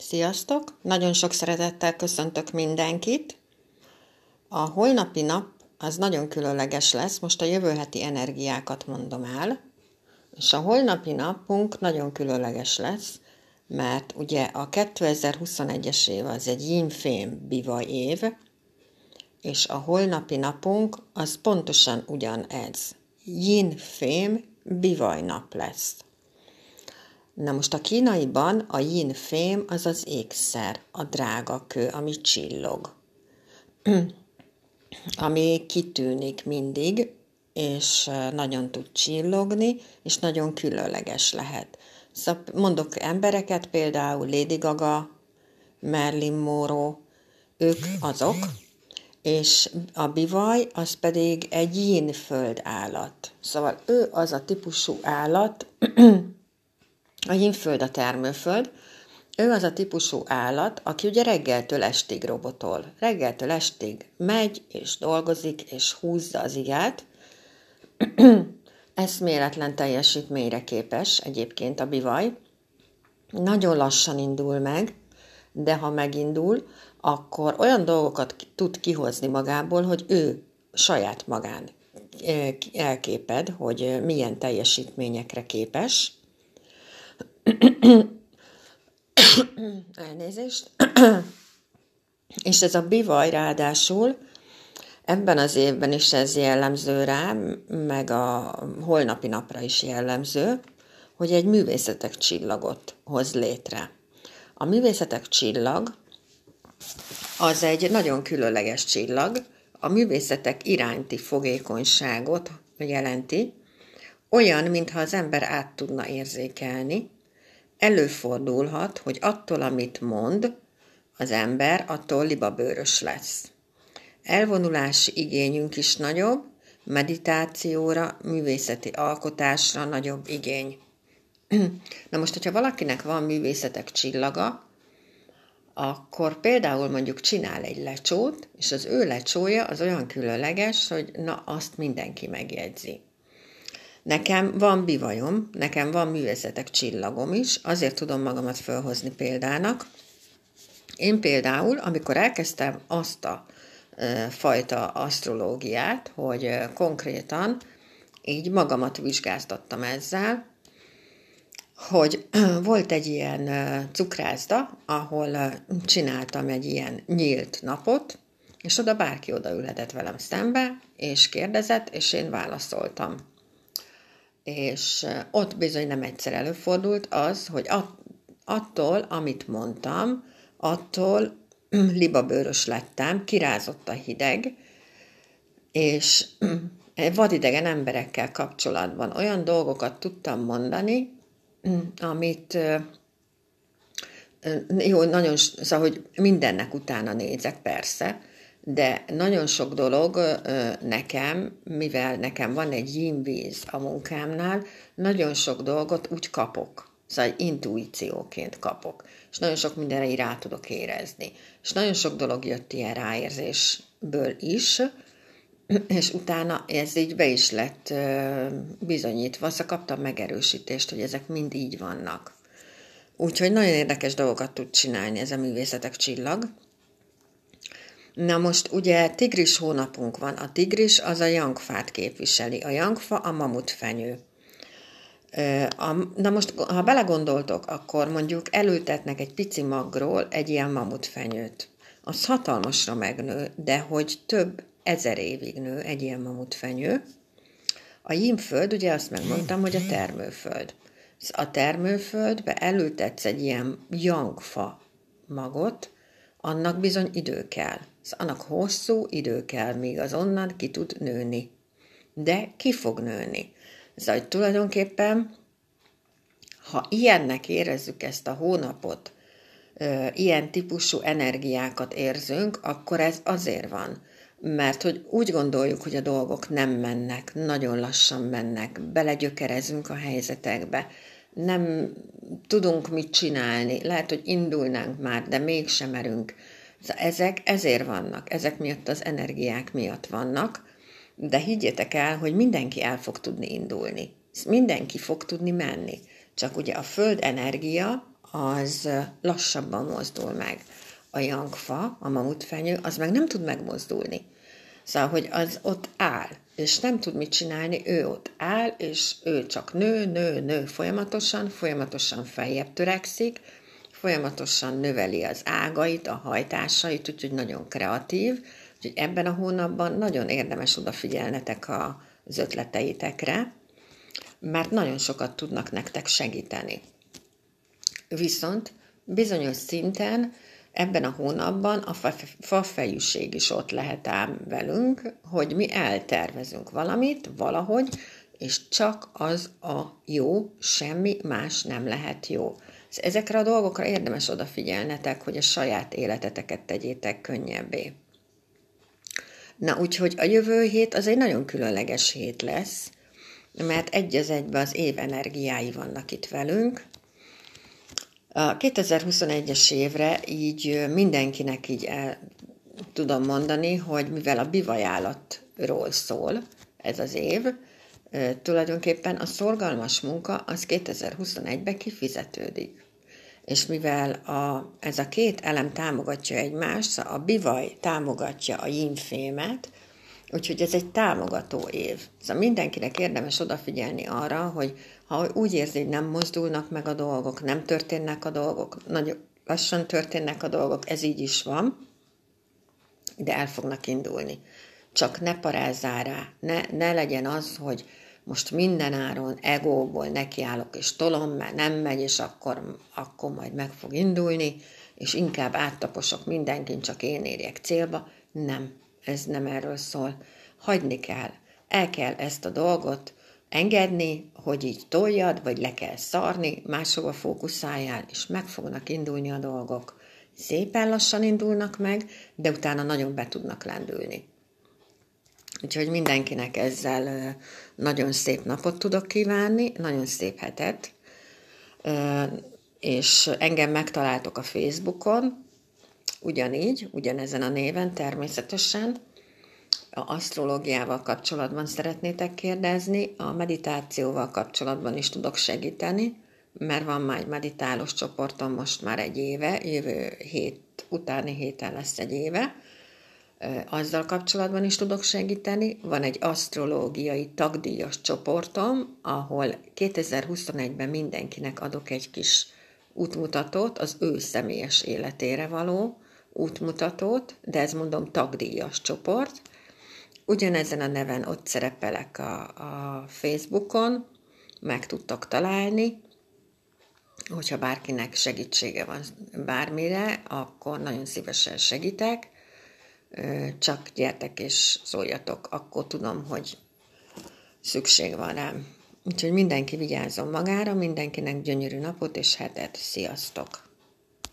Sziasztok! Nagyon sok szeretettel köszöntök mindenkit. A holnapi nap az nagyon különleges lesz, most a jövő heti energiákat mondom el, és a holnapi napunk nagyon különleges lesz, mert ugye a 2021-es év az egy yin-fém bivaj év, és a holnapi napunk az pontosan ugyanez. Yin-fém bivaj nap lesz. Na most a kínaiban a yin-fém az az ékszer, a drága kő, ami csillog, ami kitűnik mindig, és nagyon tud csillogni, és nagyon különleges lehet. Szóval mondok embereket, például Lady Gaga, Marilyn Monroe, ők azok, és a bivaj az pedig egy yin földállat. Szóval ő az a típusú állat, a yin-föld a termőföld, ő az a típusú állat, aki ugye reggeltől estig robotol. Reggeltől estig megy, és dolgozik, és húzza az igát. Eszméletlen teljesítményre képes egyébként a bivaj. Nagyon lassan indul meg, de ha megindul, akkor olyan dolgokat tud kihozni magából, hogy ő saját magán elképed, hogy milyen teljesítményekre képes. Elnézést. És ez a bivaj ráadásul ebben az évben is ez jellemző rá, meg a holnapi napra is jellemző, hogy egy művészetek csillagot hoz létre. A művészetek csillag az egy nagyon különleges csillag, a művészetek iránti fogékonyságot jelenti, olyan, mintha az ember át tudna érzékelni. Előfordulhat, hogy attól, amit mond az ember, attól libabőrös lesz. Elvonulási igényünk is nagyobb, meditációra, művészeti alkotásra nagyobb igény. Na most, hogyha valakinek van művészetek csillaga, akkor például mondjuk csinál egy lecsót, és az ő lecsója az olyan különleges, hogy na, azt mindenki megjegyzi. Nekem van bivajom, nekem van művészetek csillagom is, azért tudom magamat felhozni példának. Én például, amikor elkezdtem azt a fajta asztrológiát, hogy konkrétan így magamat vizsgáztattam ezzel, hogy volt egy ilyen cukrászda, ahol csináltam egy ilyen nyílt napot, és oda bárki odaülhetett velem szembe, és kérdezett, és én válaszoltam. És ott bizony nem egyszer előfordult az, hogy attól, amit mondtam, attól libabőrös lettem, kirázott a hideg, és vadidegen emberekkel kapcsolatban olyan dolgokat tudtam mondani, amit jó, nagyon, szóval, hogy mindennek utána nézek, persze, de nagyon sok dolog nekem, mivel nekem van egy yin-víz a munkámnál, nagyon sok dolgot úgy kapok, szóval intuícióként kapok, és nagyon sok mindenre így rá tudok érezni. És nagyon sok dolog jött ilyen ráérzésből is, és utána ez így be is lett bizonyítva, szóval kaptam megerősítést, hogy ezek mind így vannak. Úgyhogy nagyon érdekes dolgokat tud csinálni ez a művészetek csillag. Na most ugye tigris hónapunk van. A tigris az a jangfát képviseli. A jangfa a mamutfenyő. Na most, ha belegondoltok, akkor mondjuk elültetnek egy pici magról egy ilyen mamutfenyőt. Az hatalmasra megnő, de hogy több ezer évig nő egy ilyen mamutfenyő. A yin-föld, ugye azt megmondtam, hogy a termőföld. A termőföldbe elültetsz egy ilyen jangfa magot, annak bizony idő kell. Annak hosszú idő kell, míg az onnan ki tud nőni. De ki fog nőni? Szóval tulajdonképpen, ha ilyennek érezzük ezt a hónapot, ilyen típusú energiákat érzünk, akkor ez azért van. Mert hogy úgy gondoljuk, hogy a dolgok nem mennek, nagyon lassan mennek, belegyökerezünk a helyzetekbe, nem tudunk mit csinálni, lehet, hogy indulnánk már, de mégsem merünk. Ezek ezért vannak, ezek miatt az energiák miatt vannak, de higgyétek el, hogy mindenki el fog tudni indulni, mindenki fog tudni menni. Csak ugye a föld energia az lassabban mozdul meg. A jangfa, a mamutfenyő, az meg nem tud megmozdulni. Szóval, hogy az ott áll, és nem tud mit csinálni, ő ott áll, és ő csak nő, folyamatosan feljebb törekszik, folyamatosan növeli az ágait, a hajtásait, úgyhogy nagyon kreatív. Úgyhogy ebben a hónapban nagyon érdemes odafigyelnetek az ötleteitekre, mert nagyon sokat tudnak nektek segíteni. Viszont bizonyos szinten ebben a hónapban a fafejűség is ott lehet ám velünk, hogy mi eltervezünk valamit, valahogy, és csak az a jó, semmi más nem lehet jó. Ezekre a dolgokra érdemes odafigyelnetek, hogy a saját életeteket tegyétek könnyebbé. Na, úgyhogy a jövő hét az egy nagyon különleges hét lesz, mert egy az egyben az év energiái vannak itt velünk. A 2021-es évre így mindenkinek így el tudom mondani, hogy mivel a bivajálatról szól ez az év, tulajdonképpen a szorgalmas munka az 2021-ben kifizetődik. És mivel ez a két elem támogatja egymást, szóval a bivaj támogatja a yin-fémet, úgyhogy ez egy támogató év. Szóval mindenkinek érdemes odafigyelni arra, hogy ha úgy érzi, hogy nem mozdulnak meg a dolgok, nem történnek a dolgok, nagyon lassan történnek a dolgok, ez így is van, de el fognak indulni. Csak ne parázzál rá, ne legyen az, hogy most mindenáron egóból nekiállok és tolom, mert nem megy, és akkor majd meg fog indulni, és inkább áttaposok mindenkin, csak én érjek célba. Nem, ez nem erről szól. Hagyni kell. El kell ezt a dolgot engedni, hogy így toljad, vagy le kell szarni, máshova fókuszáljál, és meg fognak indulni a dolgok. Szépen lassan indulnak meg, de utána nagyon be tudnak lendülni. Úgyhogy mindenkinek ezzel nagyon szép napot tudok kívánni, nagyon szép hetet, és engem megtaláltok a Facebookon, ugyanezen a néven természetesen. A asztrológiával kapcsolatban szeretnétek kérdezni, a meditációval kapcsolatban is tudok segíteni, mert van már egy meditálós csoportom most már egy éve, jövő utáni héten lesz egy éve, azzal kapcsolatban is tudok segíteni. Van egy asztrológiai tagdíjas csoportom, ahol 2021-ben mindenkinek adok egy kis útmutatót, az ő személyes életére való útmutatót, de ez mondom tagdíjas csoport. Ugyanezen a neven ott szerepelek a Facebookon, meg tudtok találni, hogyha bárkinek segítsége van bármire, akkor nagyon szívesen segítek, csak gyertek és szóljatok, akkor tudom, hogy szükség van rám. Úgyhogy mindenki vigyázzon magára, mindenkinek gyönyörű napot és hetet. Sziasztok!